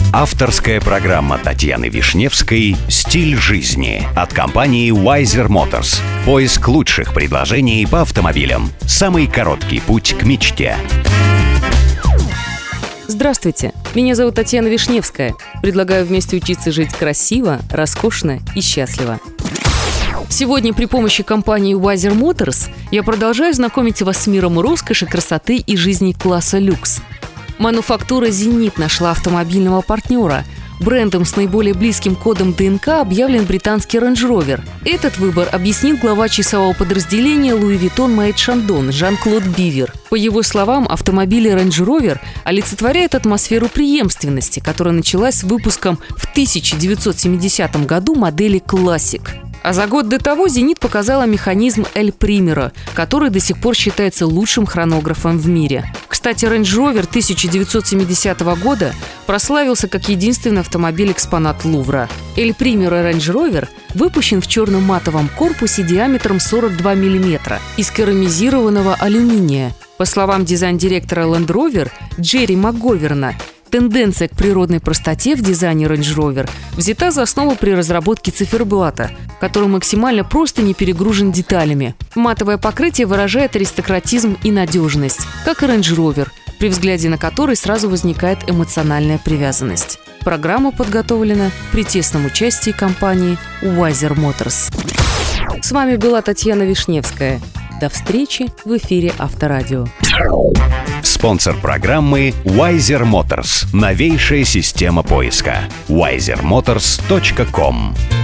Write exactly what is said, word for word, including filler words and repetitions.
Авторская программа Татьяны Вишневской «Стиль жизни» от компании Wiser Motors. Поиск лучших предложений по автомобилям. Самый короткий путь к мечте. Здравствуйте, меня зовут Татьяна Вишневская. Предлагаю вместе учиться жить красиво, роскошно и счастливо. Сегодня при помощи компании Wiser Motors я продолжаю знакомить вас с миром роскоши, красоты и жизни класса люкс. Мануфактура «Зенит» нашла автомобильного партнера. Брендом с наиболее близким кодом ДНК объявлен британский Range Rover. Этот выбор объяснил глава часового подразделения Louis Vuitton Moet Chandon Жан-Клод Бивер. По его словам, автомобили Range Rover олицетворяют атмосферу преемственности, которая началась с выпуском в тысяча девятьсот семидесятом году модели Classic. А за год до того «Зенит» показала механизм El Primero, который до сих пор считается лучшим хронографом в мире. Кстати, Range Rover тысяча девятьсот семидесятого года прославился как единственный автомобиль-экспонат Лувра. El Primero Range Rover выпущен в черном матовом корпусе диаметром сорок два миллиметра из керамизированного алюминия. По словам дизайн-директора Land Rover Джерри МакГоверна, тенденция к природной простоте в дизайне Range Rover взята за основу при разработке циферблата, который максимально просто не перегружен деталями. Матовое покрытие выражает аристократизм и надежность, как и Range Rover, при взгляде на который сразу возникает эмоциональная привязанность. Программа подготовлена при тесном участии компании Wiser Motors. С вами была Татьяна Вишневская. До встречи в эфире Авторадио. Спонсор программы Wiser Motors. Новейшая система поиска. вайзер моторс точка ком